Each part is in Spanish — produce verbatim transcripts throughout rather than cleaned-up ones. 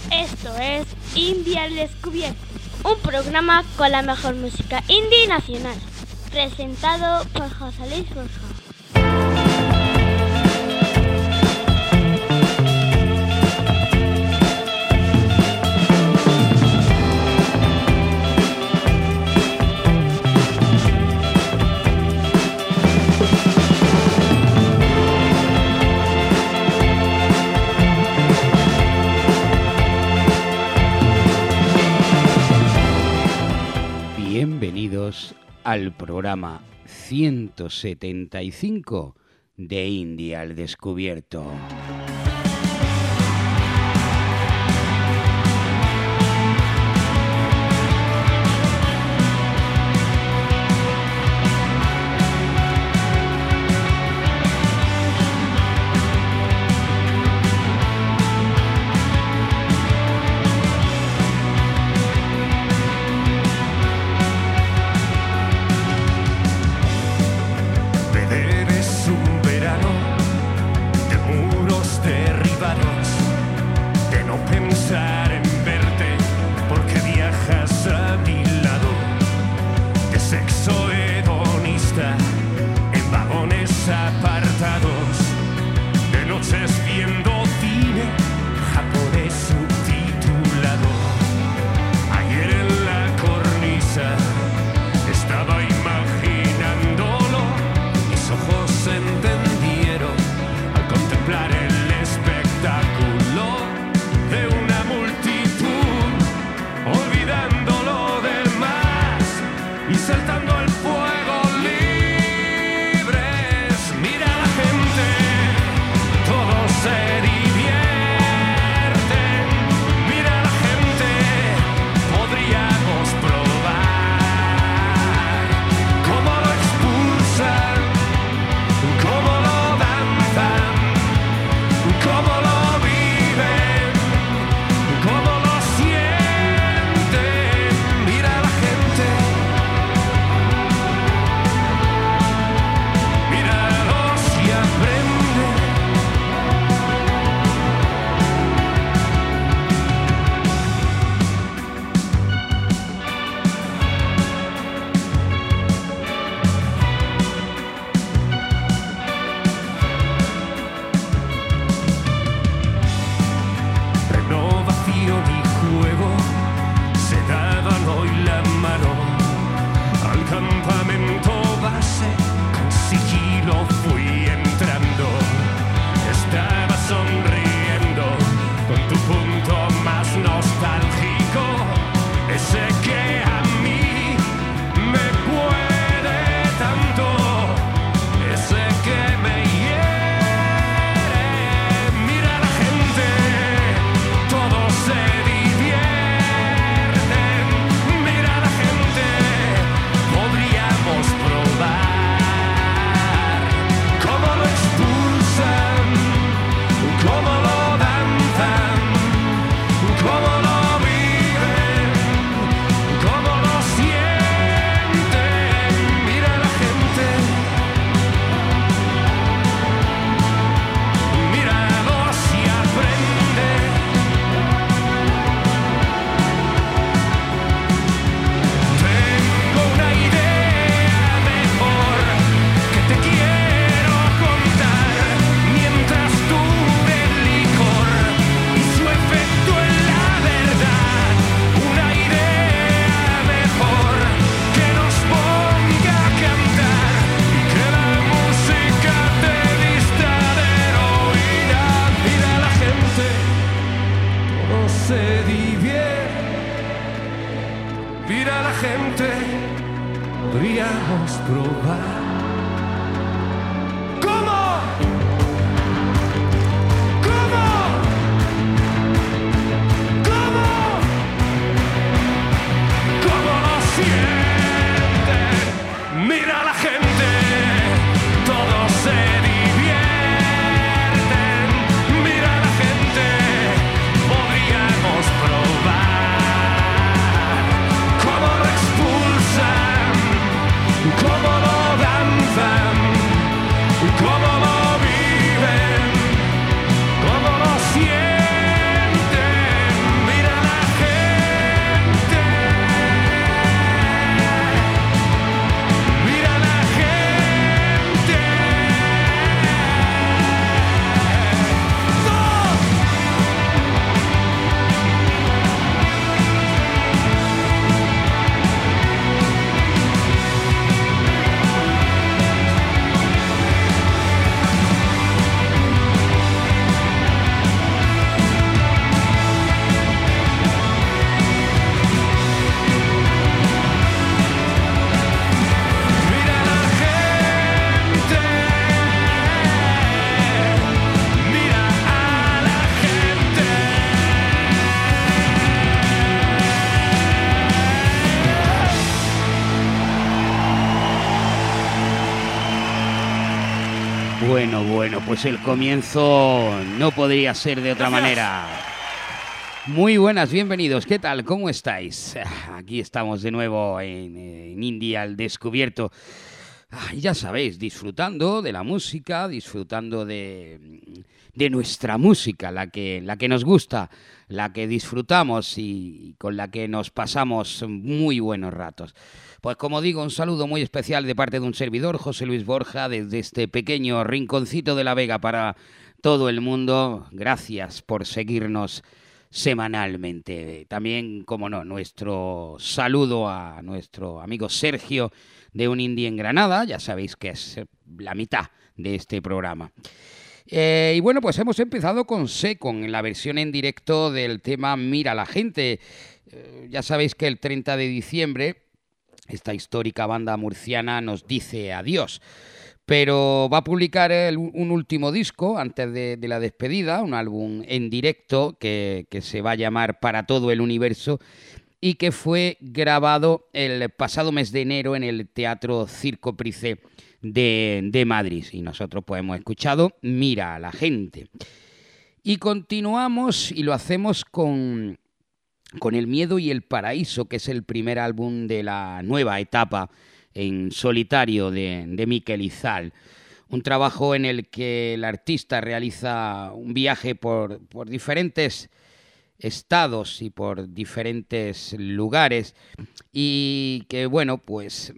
Esto es Indie al Descubierto, un programa con la mejor música indie nacional, presentado por José Luis Borja. Bienvenidos al programa ciento setenta y cinco de Indie al Descubierto. Cómo lo dan Bueno, pues el comienzo no podría ser de otra manera. Muy buenas, bienvenidos. ¿Qué tal? ¿Cómo estáis? Aquí estamos de nuevo en, en Indie al Descubierto. Ya sabéis, disfrutando de la música, disfrutando de, de nuestra música, la que, la que nos gusta, la que disfrutamos y con la que nos pasamos muy buenos ratos. Pues como digo, un saludo muy especial de parte de un servidor, José Luis Borja, desde este pequeño rinconcito de La Vega para todo el mundo. Gracias por seguirnos semanalmente. También, como no, nuestro saludo a nuestro amigo Sergio de Un Indie en Granada, ya sabéis que es la mitad de este programa. Eh, y bueno, pues hemos empezado con Secon, en la versión en directo del tema Mira la gente. Eh, ya sabéis que el treinta de diciembre esta histórica banda murciana nos dice adiós. Pero va a publicar el, un último disco antes de, de la despedida, un álbum en directo que, que se va a llamar Para todo el universo y que fue grabado el pasado mes de enero en el Teatro Circo Price de, de Madrid. Y nosotros pues hemos escuchado Mira a la gente. Y continuamos y lo hacemos con, con El miedo y el paraíso, que es el primer álbum de la nueva etapa en solitario de, de Miquel Izal. Un trabajo en el que el artista realiza un viaje por, por diferentes estados y por diferentes lugares y que, bueno, pues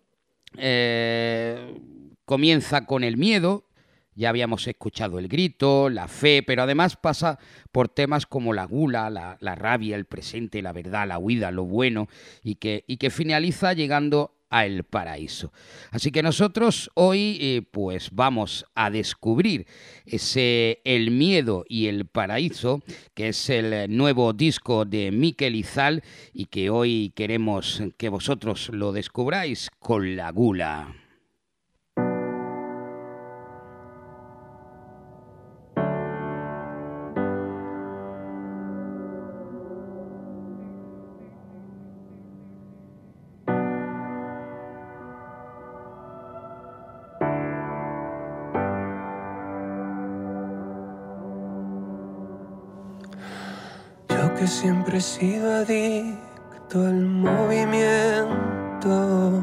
eh, comienza con el miedo. Ya habíamos escuchado el grito, la fe, pero además pasa por temas como la gula, la, la rabia, el presente, la verdad, la huida, lo bueno y que, y que finaliza llegando a el paraíso. Así que nosotros hoy eh, pues vamos a descubrir ese El miedo y el paraíso, que es el nuevo disco de Miquel Izal y que hoy queremos que vosotros lo descubráis con la gula. Que siempre he sido adicto al movimiento,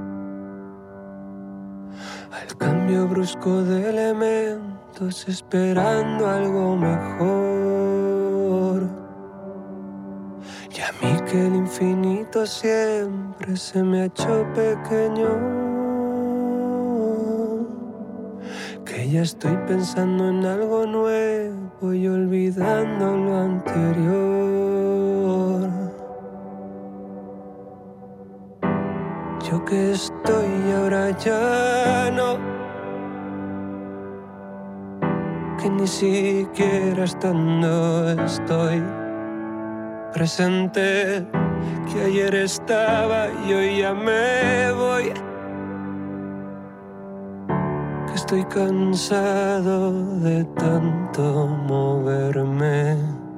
al cambio brusco de elementos, esperando algo mejor. Y a mí que el infinito siempre se me ha hecho pequeño, que ya estoy pensando en algo nuevo y olvidando lo anterior. Yo que estoy ahora ya no, que ni siquiera estando estoy presente, que ayer estaba y hoy ya me voy. Estoy cansado de tanto moverme.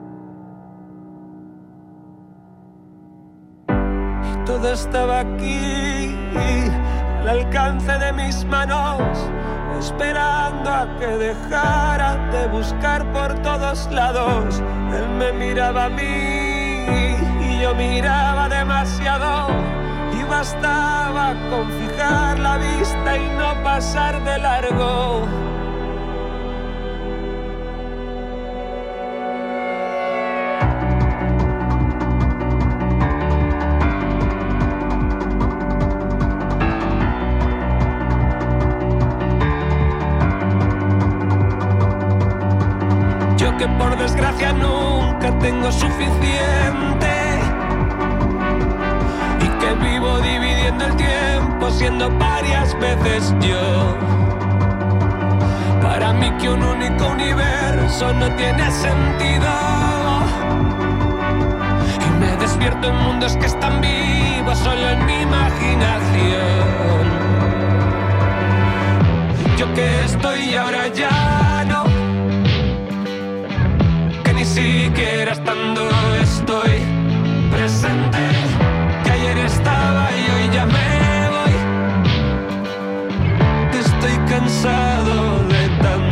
Y todo estaba aquí, al alcance de mis manos, esperando a que dejara de buscar por todos lados. Él me miraba a mí y yo miraba demasiado. Y bastaba con fijar la vista y no pasar de largo. Yo que por desgracia nunca tengo suficiente, que vivo dividiendo el tiempo siendo varias veces yo. Para mí que un único universo no tiene sentido, y me despierto en mundos que están vivos solo en mi imaginación. Yo que estoy ahora ya no, que ni siquiera estando estoy presente, estaba y hoy ya me voy. Estoy cansado de tanto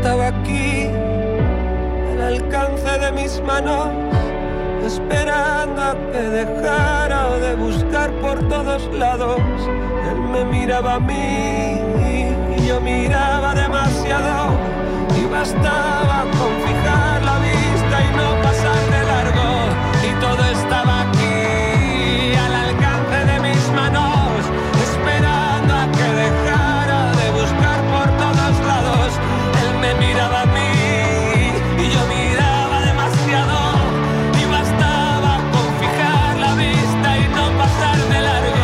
estaba aquí, al alcance de mis manos, esperando a que dejara de buscar por todos lados. Él me miraba a mí y yo miraba demasiado, y bastaba con fijar la vista y no pasar de largo, y todo estaba aquí, al alcance de mis manos, esperando a que dejara de buscar por todos lados. Él me miraba a mí y yo miraba demasiado, y bastaba con fijar la vista y no pasar de largo.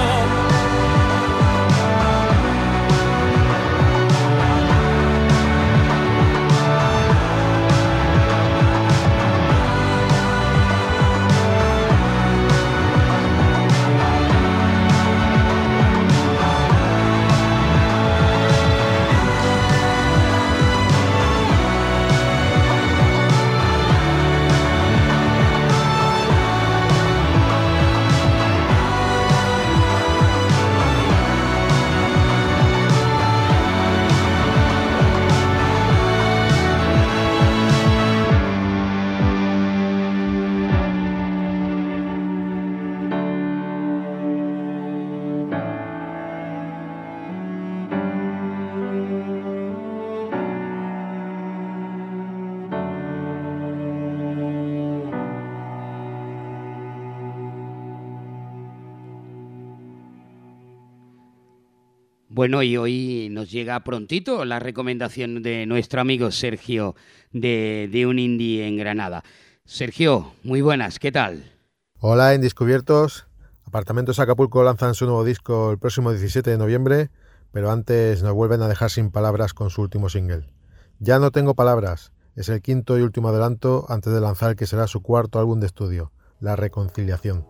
Bueno, y hoy nos llega prontito la recomendación de nuestro amigo Sergio de, de un indie en Granada. Sergio, muy buenas, ¿qué tal? Hola, Indiscubiertos. Apartamentos Acapulco lanzan su nuevo disco el próximo diecisiete de noviembre, pero antes nos vuelven a dejar sin palabras con su último single. Ya no tengo palabras, es el quinto y último adelanto antes de lanzar el que será su cuarto álbum de estudio, La Reconciliación.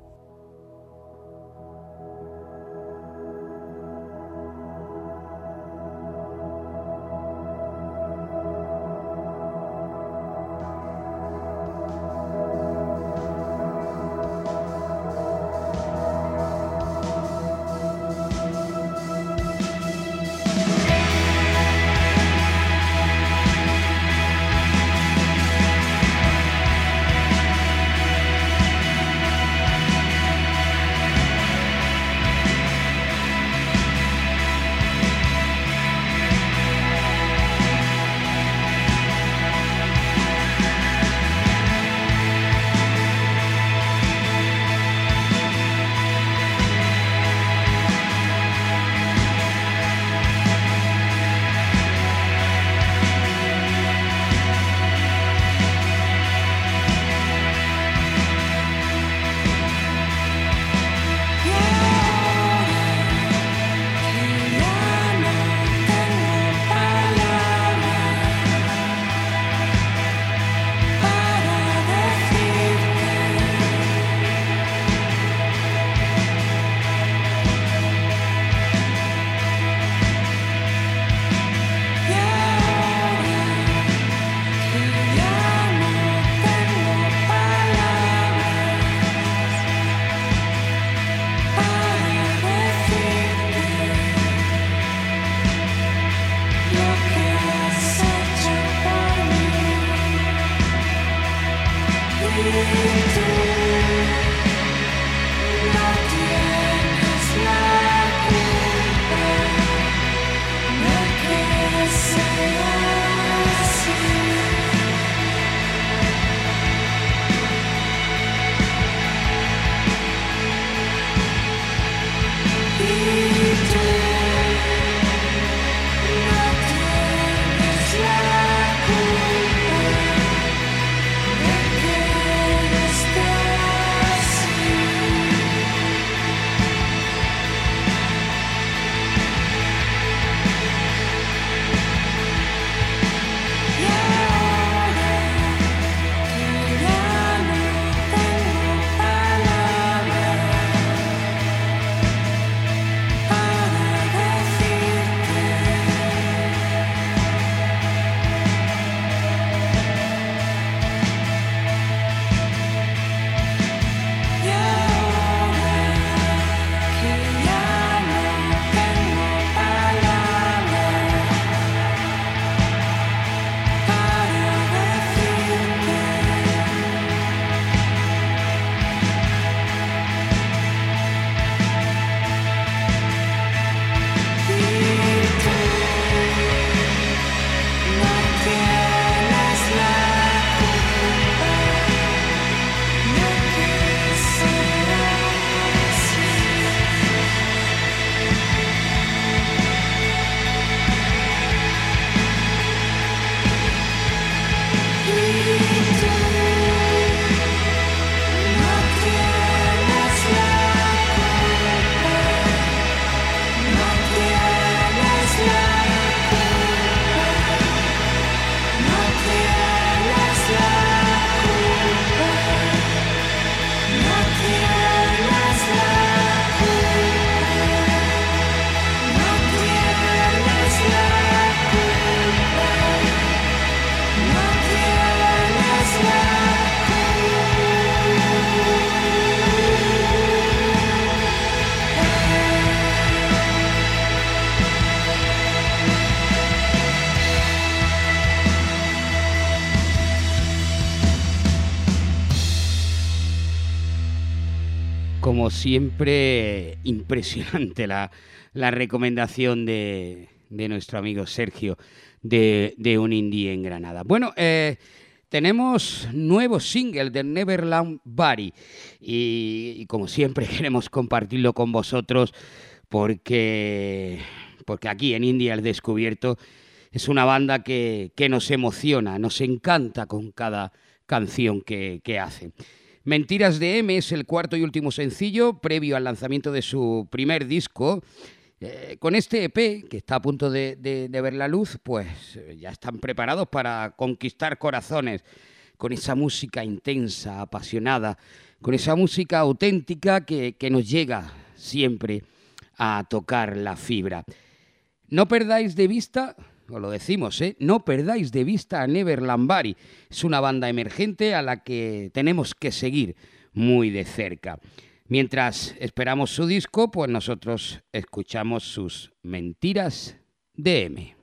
como siempre, impresionante la, la recomendación de, de nuestro amigo Sergio de, de un indie en Granada. Bueno, eh, tenemos nuevo single de Neverland Bari y, y como siempre queremos compartirlo con vosotros porque, porque aquí en Indie al Descubierto es una banda que, que nos emociona, nos encanta con cada canción que, que hace. Mentiras de M es el cuarto y último sencillo previo al lanzamiento de su primer disco. Eh, con este E P, que está a punto de, de, de ver la luz, pues eh, ya están preparados para conquistar corazones con esa música intensa, apasionada, con esa música auténtica que, que nos llega siempre a tocar la fibra. No perdáis de vista, os lo decimos, ¿eh? no perdáis de vista a Neverland Bari. Es una banda emergente a la que tenemos que seguir muy de cerca. Mientras esperamos su disco, pues nosotros escuchamos sus Mentiras de M.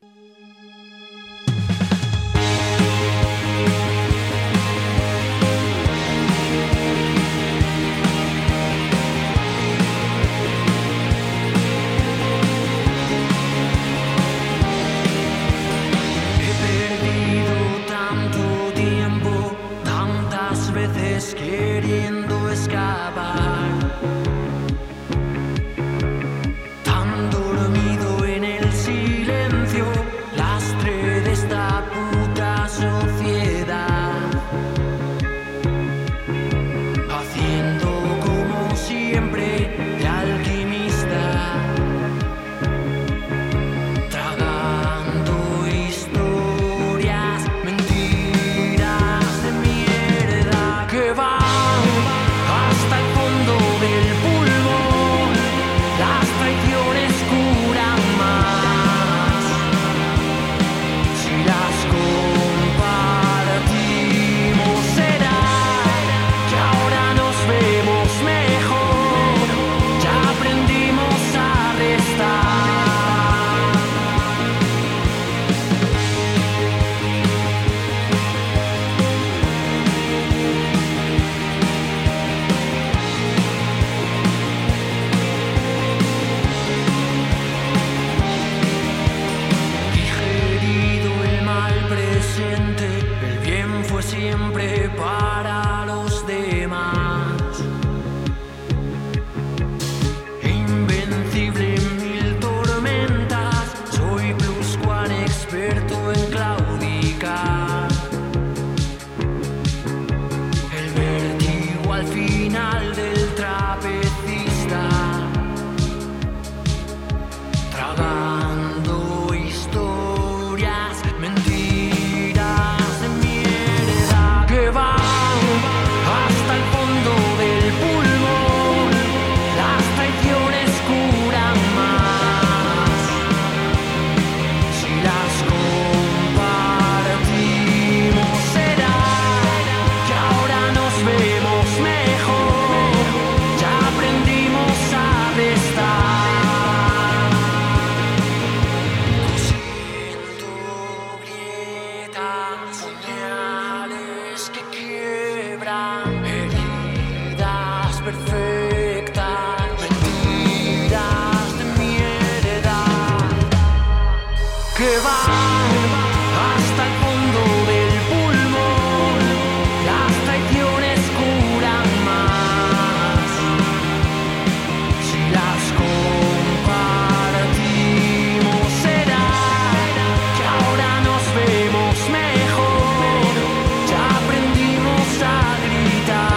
Queriendo escapar, tan dormido en el silencio, lastre de esta puta sociedad, haciendo como siempre de alquimista, tragando historias, mentiras de mierda que van hasta el fondo del pulmón. Las traiciones curan más si las compartimos. Será que ahora nos vemos mejor, ya aprendimos a restar. Digerido el mal presente, el bien fue siempre para los demás. Invencible en mil tormentas, soy pluscuan experto en claudicar. El vértigo al final del trapecista, tragando historias, mentiras de mierda que van hasta el fondo del pulmón. Las traiciones curan más si las compartimos. Será que ahora nos vemos mejor, ya aprendimos a restar. Cosiendo grietas, puñales que quiebran, heridas perfectas, mentiras de mierda que van hasta el fondo del pulmón. Las traiciones curan más si las compartimos. Será que ahora nos vemos mejor, ya aprendimos a gritar.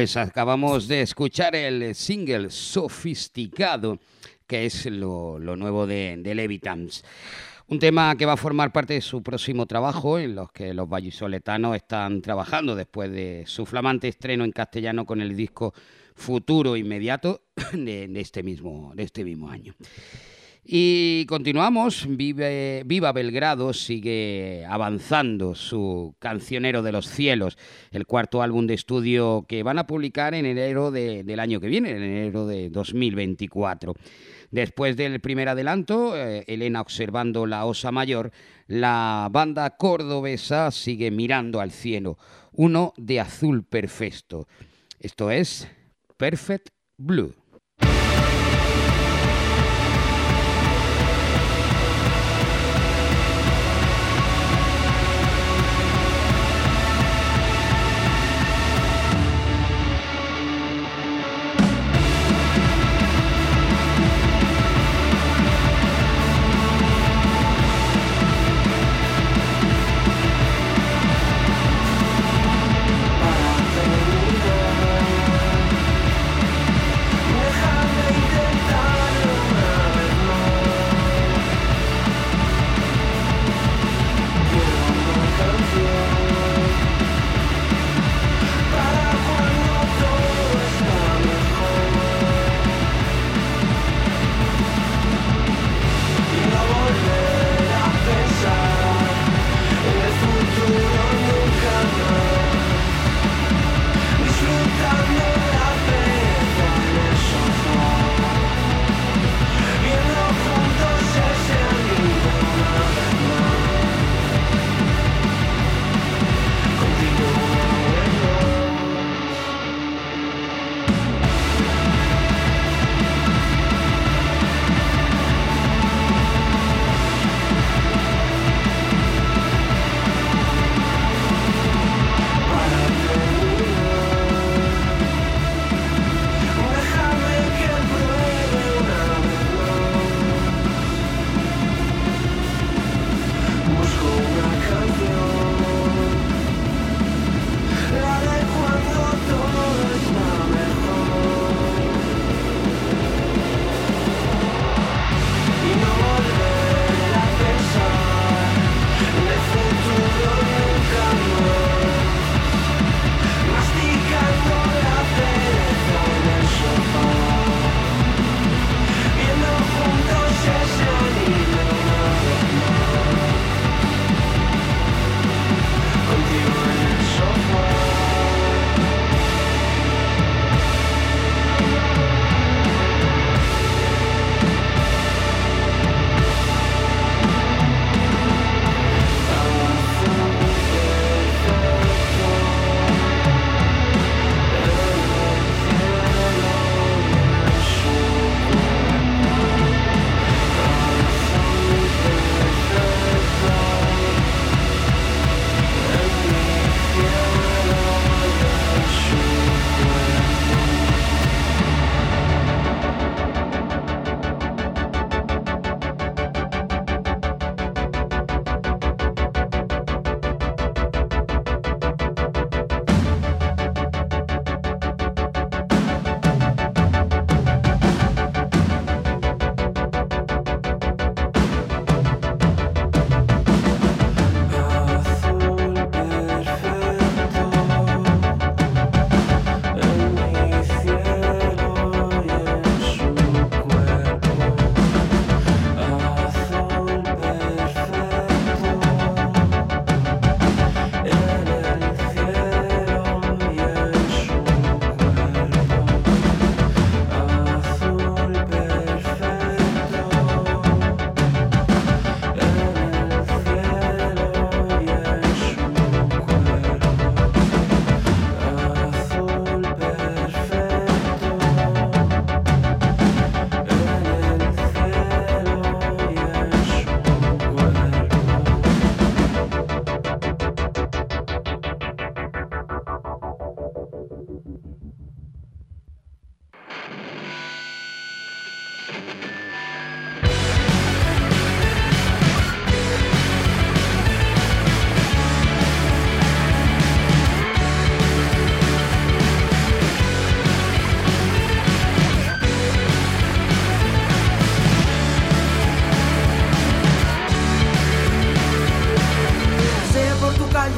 Pues acabamos de escuchar el single Sofisticado, que es lo, lo nuevo de, de Levitans. Un tema que va a formar parte de su próximo trabajo, en los que los vallisoletanos están trabajando después de su flamante estreno en castellano con el disco Futuro Inmediato de, de, este, mismo, de este mismo año. Y continuamos, Vive, Viva Belgrado sigue avanzando su Cancionero de los Cielos, el cuarto álbum de estudio que van a publicar en enero de, del año que viene, en enero de dos mil veinticuatro. Después del primer adelanto, eh, Elena observando la Osa Mayor, la banda cordobesa sigue mirando al cielo, uno de azul perfecto. Esto es Perfect Blue. Para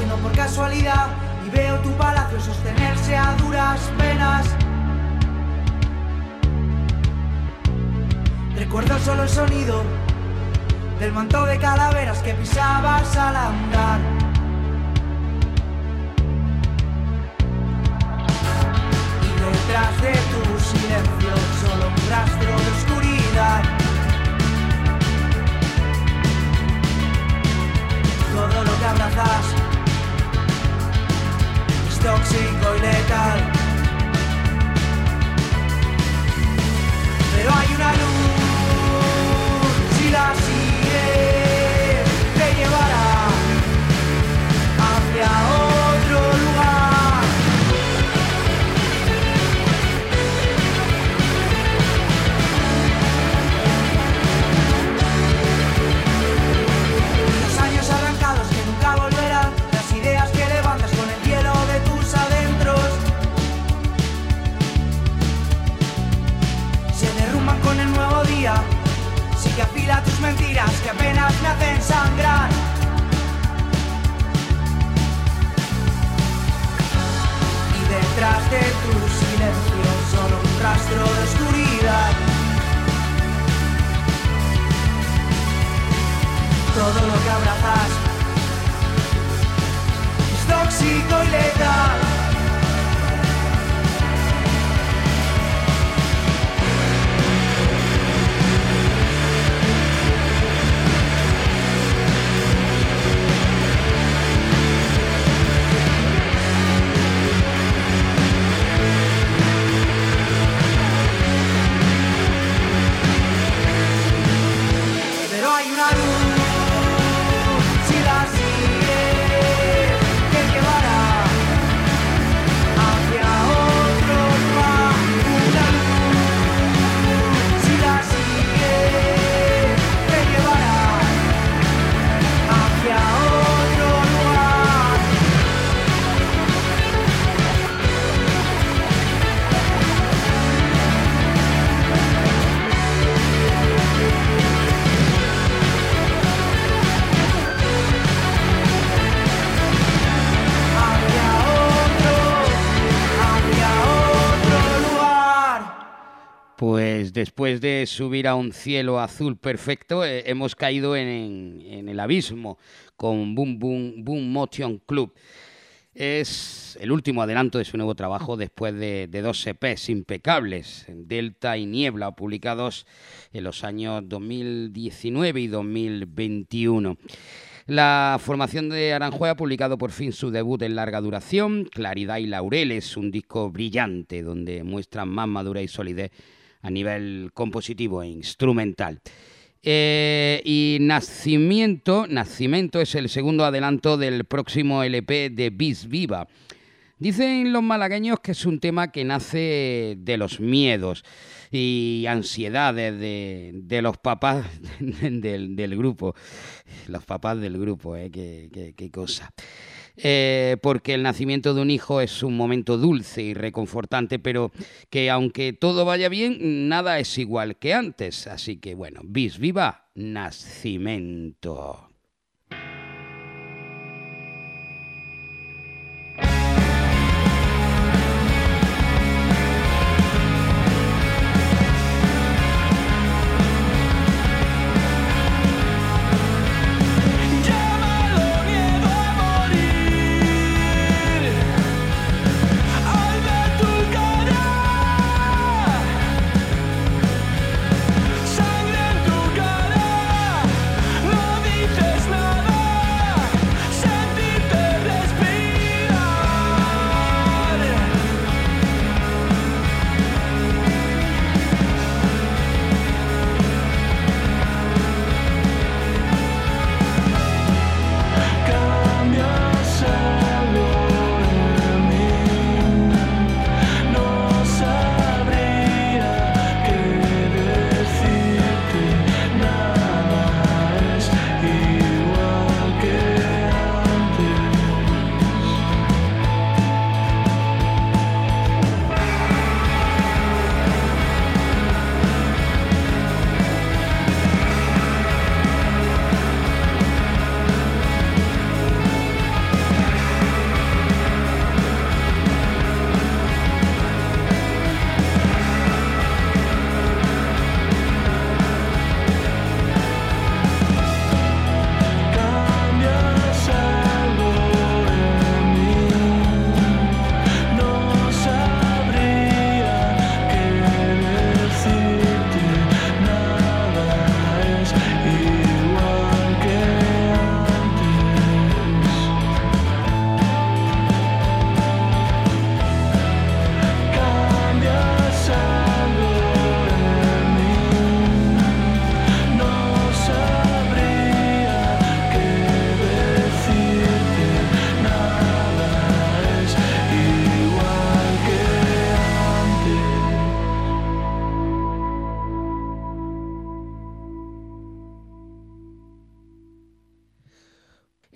no por casualidad, y veo tu palacio sostenerse a duras penas. Recuerdo solo el sonido del manto de calaveras que pisabas al andar. Y detrás de tu silencio solo un rastro de oscuridad. Todo lo que abrazas es tóxico y letal. Pero hay una luz, si la sigues, te llevará hacia otro lugar. Los años arrancados que nunca volverán, las ideas que levantas con el hielo de tus adentros, se derrumban con el nuevo día. Sí que afila tus mentiras que apenas me hacen sangrar. Y detrás de tu silencio solo un rastro de oscuridad. Todo lo que abrazas es tóxico y letal. Pero hay una luz, si la sigues, te llevará hacia otro lugar. Una luz, si la sigues, te llevará hacia otro lugar. Hacia otro, hacia otro lugar. Pues después de subir a un cielo azul perfecto, eh, hemos caído en, en, en el abismo con Boom Boom Boom Motion Club. Es el último adelanto de su nuevo trabajo después de, de dos E Pes impecables, Delta y Niebla, publicados en los años dos mil diecinueve y dos mil veintiuno. La formación de Aranjuez ha publicado por fin su debut en larga duración, Claridad y Laureles, un disco brillante donde muestran más madurez y solidez a nivel compositivo e instrumental. Eh, y Nacimiento, Nacimiento es el segundo adelanto del próximo L P de Vis Viva. Dicen los malagueños que es un tema que nace de los miedos y ansiedades de, de los papás del, del grupo. Los papás del grupo, ¿eh? Qué, qué, qué cosa. Eh, porque el nacimiento de un hijo es un momento dulce y reconfortante, pero que aunque todo vaya bien, nada es igual que antes. Así que bueno, Vis Viva, Nacimiento. Sangre en tu cara, no dices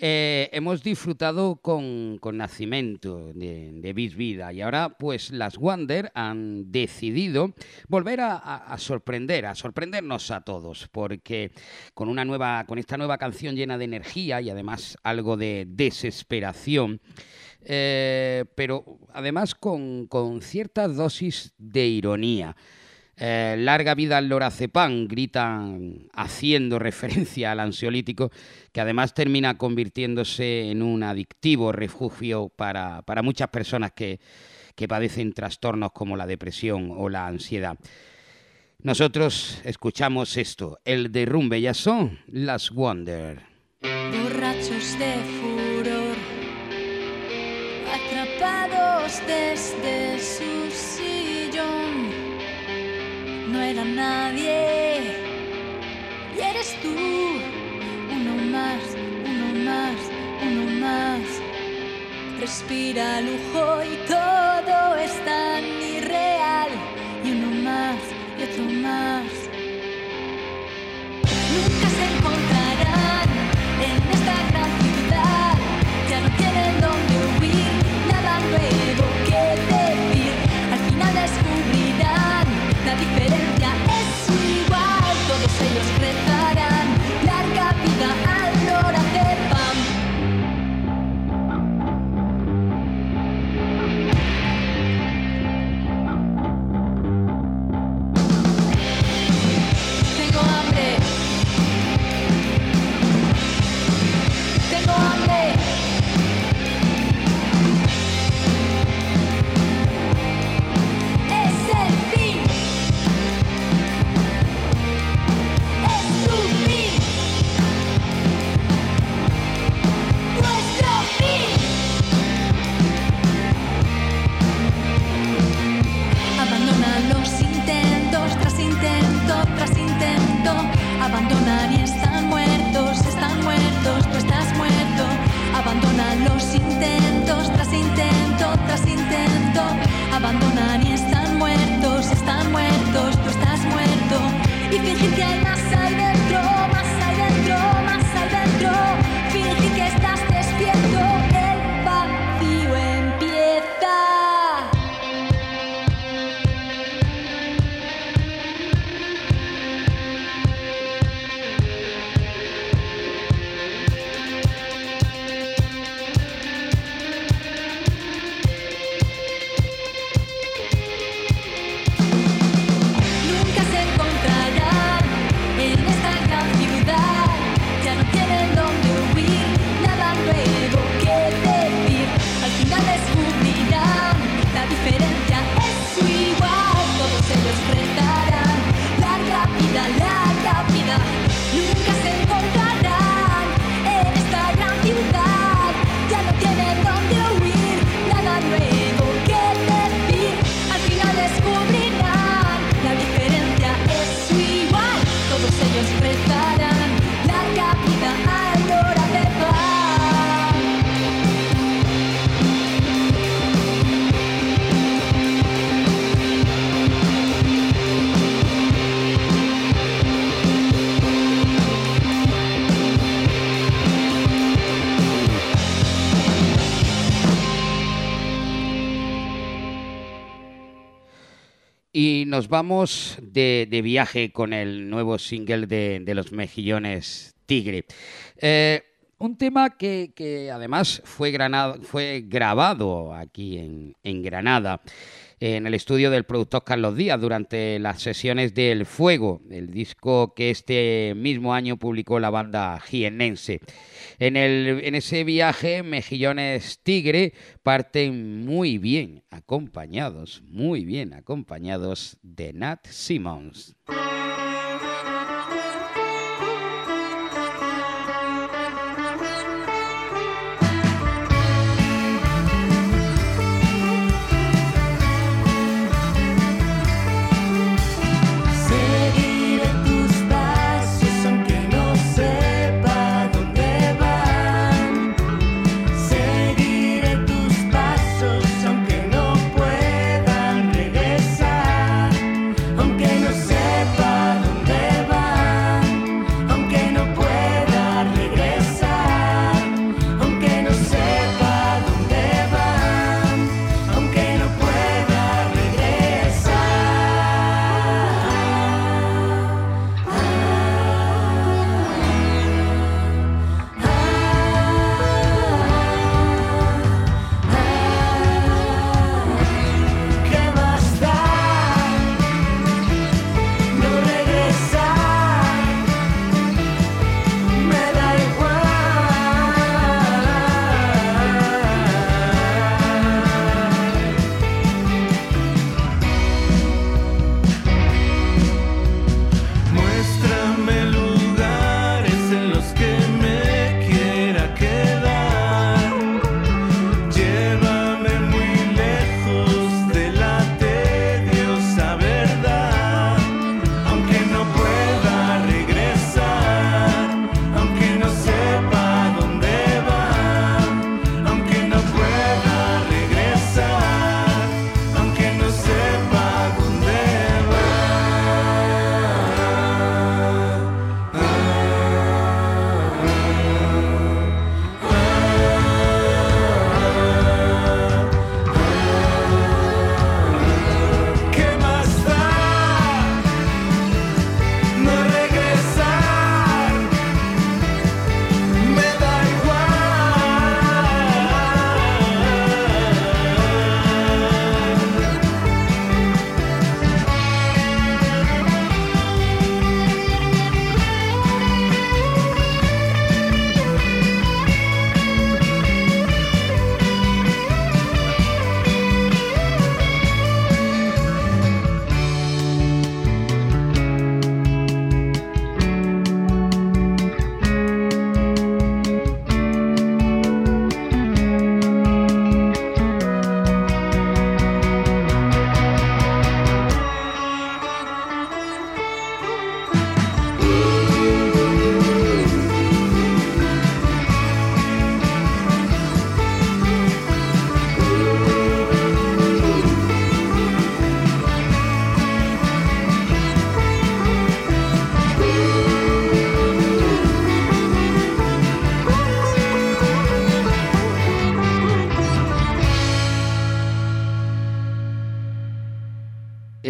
Eh, hemos disfrutado con, con Nacimiento de, de Bis Vida y ahora pues las Wonder han decidido volver a, a, a sorprender, a sorprendernos a todos, porque con una nueva, con esta nueva canción llena de energía y además algo de desesperación, eh, pero además con, con cierta dosis de ironía. Eh, larga vida al lorazepam, gritan haciendo referencia al ansiolítico, que además termina convirtiéndose en un adictivo refugio para, para muchas personas que, que padecen trastornos como la depresión o la ansiedad. Nosotros escuchamos esto, el derrumbe, ya son las Wonder. Borrachos de furor, atrapados desde su sillón. No era nadie, y eres tú, uno más, uno más, uno más. Respira lujo y todo es tan irreal, y uno más, y otro más. Nunca se encontrarán en esta gran ciudad, ya no tienen dónde huir, nada nuevo que decir. Al final descubrirán la diferencia es igual, todos ellos rezarán larga vida al lorazepam. Tengo hambre, tengo hambre. Es el fin. Abandonan y están muertos, están muertos, tú estás muerto. Abandonan los intentos, tras intento, tras intento. Abandonan y están muertos, están muertos, tú estás muerto. Y fingir que hay más ahí dentro, más ahí dentro, más ahí dentro. Fingir que estás despierto, el vacío empieza. Y nos vamos de, de viaje con el nuevo single de, de Los Mejillones Tigre. Eh, un tema que, que además fue, granado, fue grabado aquí en, en Granada, en el estudio del productor Carlos Díaz, durante las sesiones de El Fuego, el disco que este mismo año publicó la banda jiennense. En, el, en ese viaje, Mejillones Tigre parten muy bien acompañados, muy bien acompañados de Nat Simmons. Aunque no sepa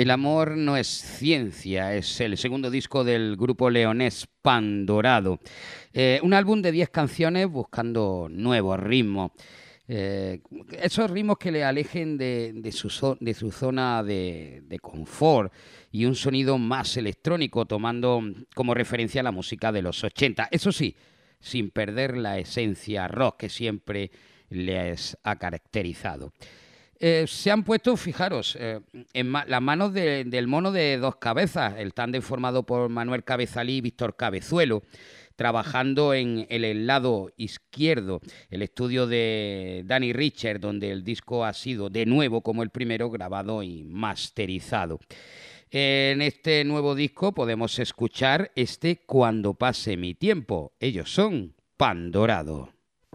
El amor no es ciencia, es el segundo disco del grupo leonés Pandorado. Eh, un álbum de diez canciones buscando nuevos ritmos. Eh, esos ritmos que le alejen de, de, su, de su zona de, de confort y un sonido más electrónico, tomando como referencia la música de los ochenta. Eso sí, sin perder la esencia rock que siempre les ha caracterizado. Eh, se han puesto, fijaros, eh, en ma las manos de, del mono de dos cabezas, el tándem formado por Manuel Cabezalí y Víctor Cabezuelo, trabajando en, en el lado izquierdo, el estudio de Danny Richard, donde el disco ha sido de nuevo, como el primero, grabado y masterizado. En este nuevo disco podemos escuchar este Cuando pase mi tiempo. Ellos son Pandorado.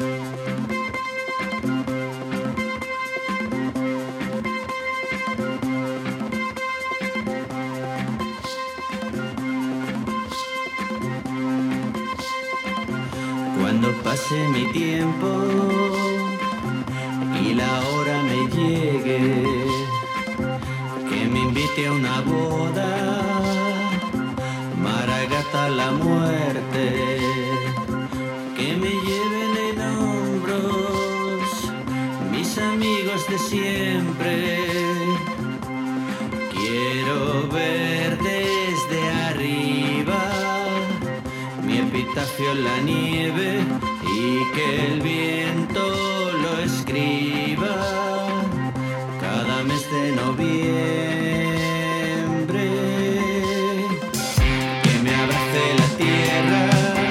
Cuando pase mi tiempo y la hora me llegue, que me invite a una boda, Maragata la muerte, que me lleven en hombros mis amigos de siempre. Quiero ver desde arriba mi epitafio en la nieve y que el viento lo escriba cada mes de noviembre. Que me abrace la tierra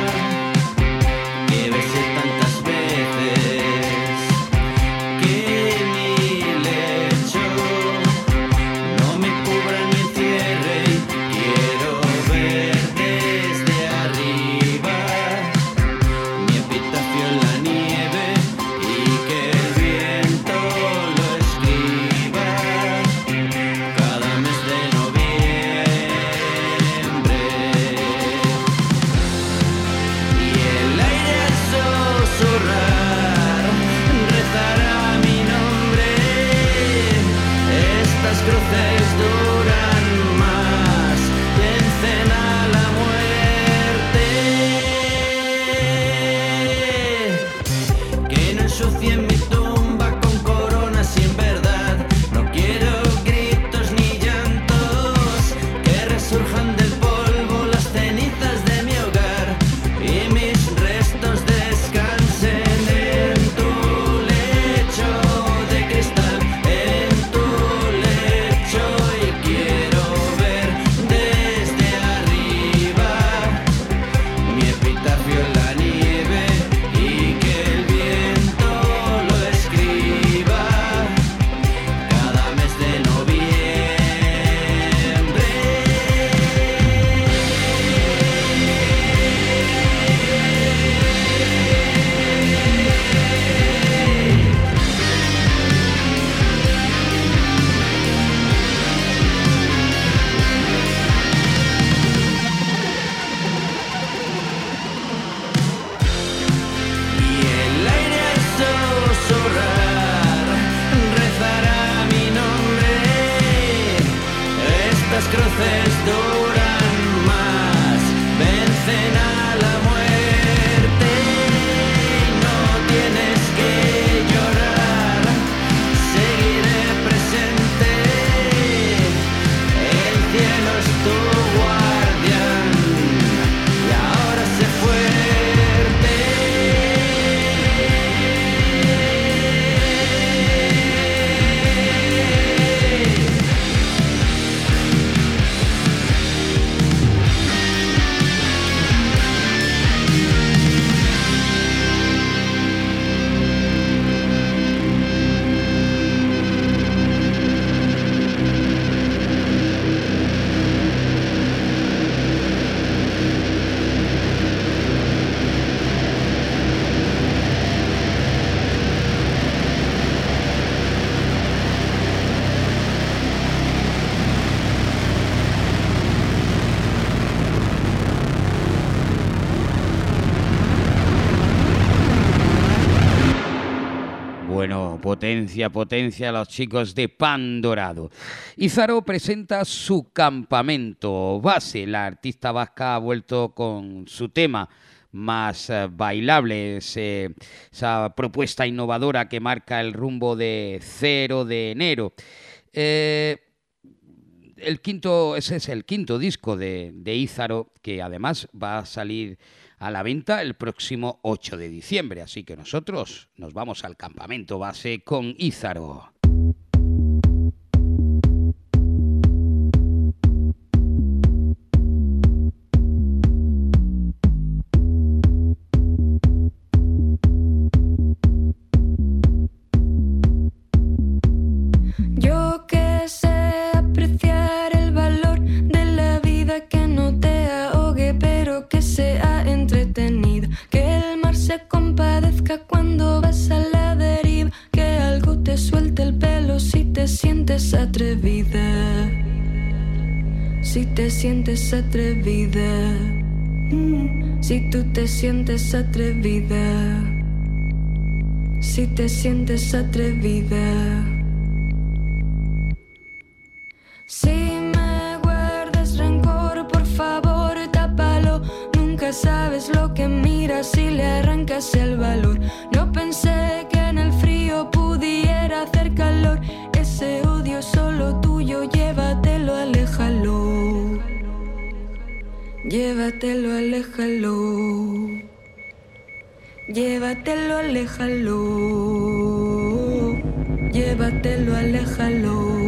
que besé tantas veces, que mi lecho no me cubra ni encierre. Quiero ver desde arriba mi epitafio en la nieve y que el viento lo escriba potencia, potencia, los chicos de Pan Dorado. Ízaro presenta su campamento base. La artista vasca ha vuelto con su tema más eh, bailable, ese, esa propuesta innovadora que marca el rumbo de cero de enero. Eh, el quinto, ese es el quinto disco de, de Ízaro, que además va a salir a la venta el próximo ocho de diciembre. Así que nosotros nos vamos al campamento base con Ízaro. Cuando vas a la deriva, que algo te suelte el pelo si te sientes atrevida, si te sientes atrevida, mm. si tú te sientes atrevida, si te sientes atrevida. Si me guardas rencor, por favor, tápalo. Nunca sabes lo que miras si le arrancas el valor. No pensé que en el frío pudiera hacer calor. Ese odio solo tuyo, llévatelo, aléjalo. Llévatelo, aléjalo. Llévatelo, aléjalo. Llévatelo, aléjalo.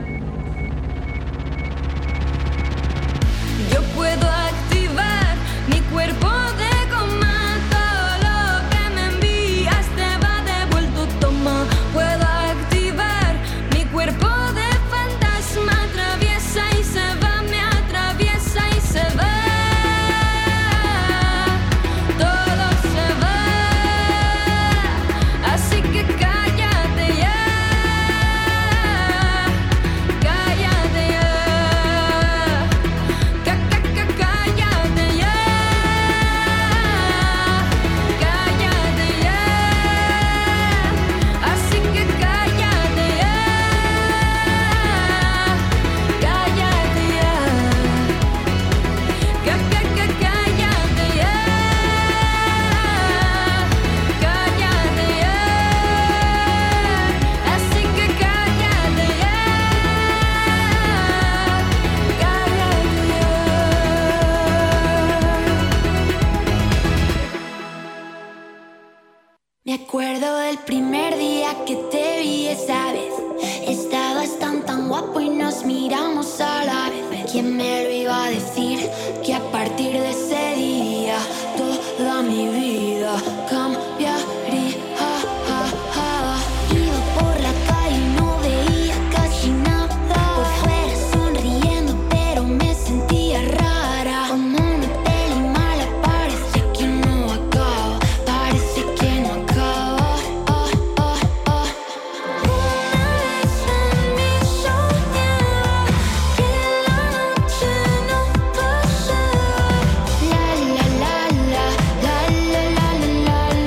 Yo puedo activar mi cuerpo de goma, todo lo que me envías te va devuelto, toma. Puedo activar mi cuerpo de fantasma, atraviesa y se va, me atraviesa y se va. Todo se va, así que cállate ya. Cállate ya. Me acuerdo del primer día que te vi esa vez. Estabas tan tan guapo y nos miramos a la vez. ¿Quién me lo iba a decir? Que a partir de ese día toda mi vida cambiaría. Iba por la calle y no veía casi nada. Por fuera sonriendo pero me sentía rara. Como una peli mala, parece que no acaba. Parece que no acaba. Oh, oh, oh. Una vez en mi soñaba que la noche no pasaba. La la la la la la la la la.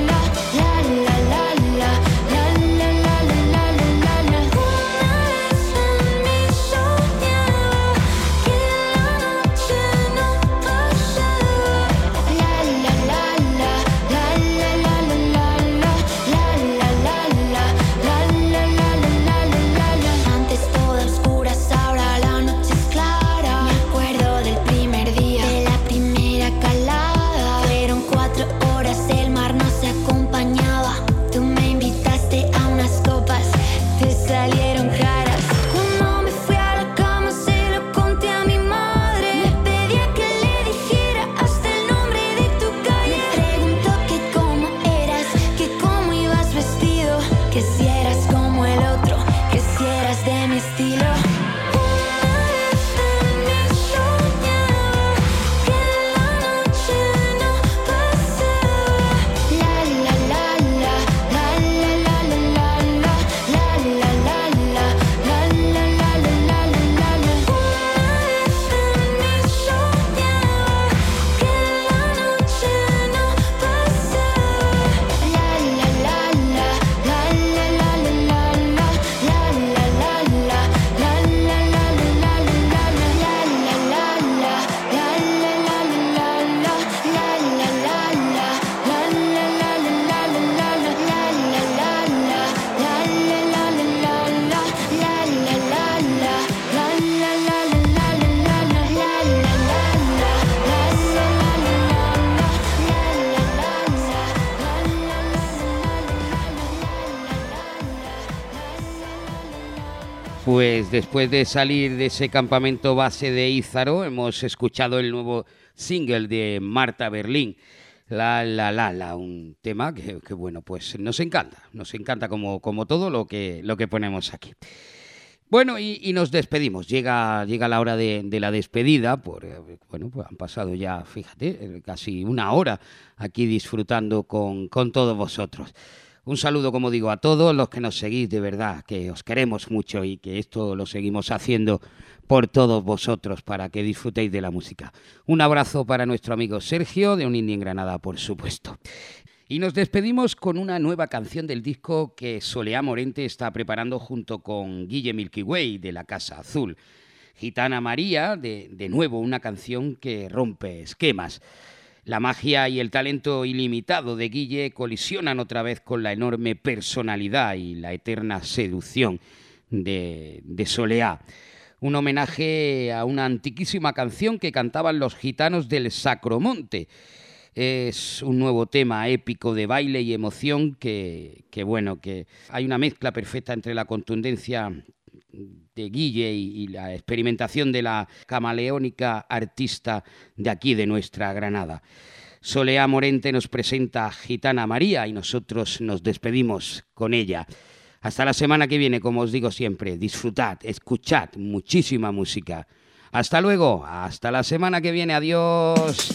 Pues después de salir de ese campamento base de Ízaro, hemos escuchado el nuevo single de Marta Berlín, La La La La, un tema que, que bueno, pues nos encanta, nos encanta como, como todo lo que, lo que ponemos aquí. Bueno, y, y nos despedimos, llega, llega la hora de, de la despedida, por, bueno, pues han pasado ya, fíjate, casi una hora aquí disfrutando con, con todos vosotros. Un saludo, como digo, a todos los que nos seguís, de verdad, que os queremos mucho y que esto lo seguimos haciendo por todos vosotros para que disfrutéis de la música. Un abrazo para nuestro amigo Sergio, de Un Indie en Granada, por supuesto. Y nos despedimos con una nueva canción del disco que Soleá Morente está preparando junto con Guille Milky Way, de la Casa Azul. Gitana María, de, de nuevo una canción que rompe esquemas. La magia y el talento ilimitado de Guille colisionan otra vez con la enorme personalidad y la eterna seducción de, de Soleá. Un homenaje a una antiquísima canción que cantaban los gitanos del Sacromonte. Es un nuevo tema épico de baile y emoción que, que bueno, que hay una mezcla perfecta entre la contundencia de Guille y, y la experimentación de la camaleónica artista de aquí, de nuestra Granada. Soleá Morente nos presenta Gitana María y nosotros nos despedimos con ella. Hasta la semana que viene, como os digo siempre, disfrutad, escuchad muchísima música. Hasta luego, hasta la semana que viene, adiós.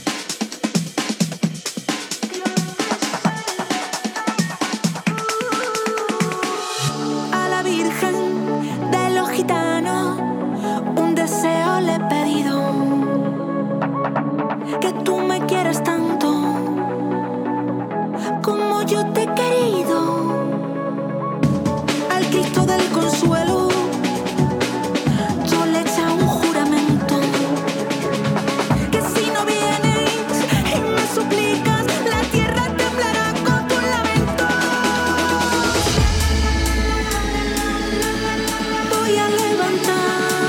Un deseo le he pedido, que tú me quieras tanto como yo te he querido. Al Cristo del consuelo yo le he echado un juramento, que si no vienes y me suplicas, la tierra temblará con tu lamento. Voy a levantar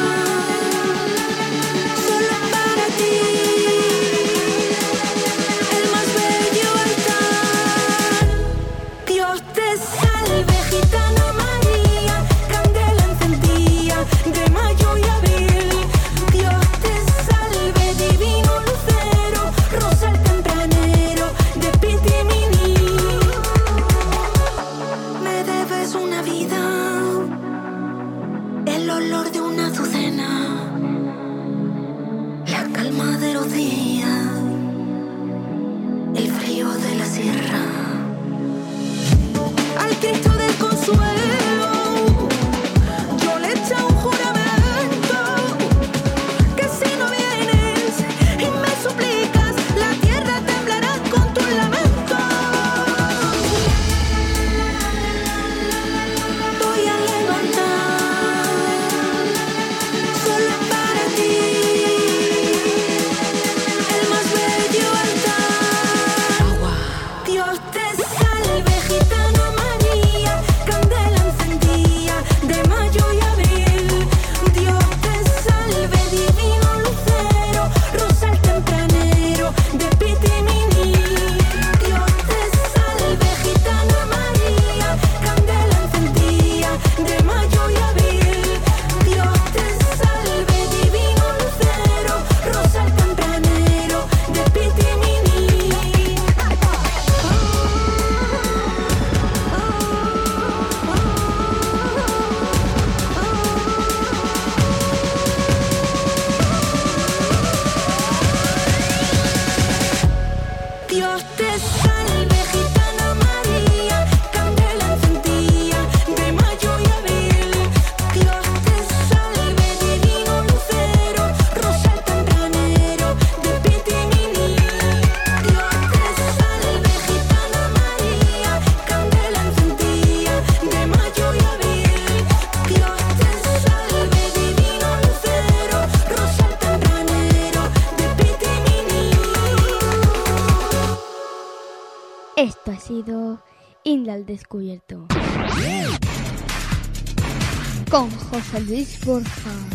Esto ha sido Indie al Descubierto con José Luis Borja.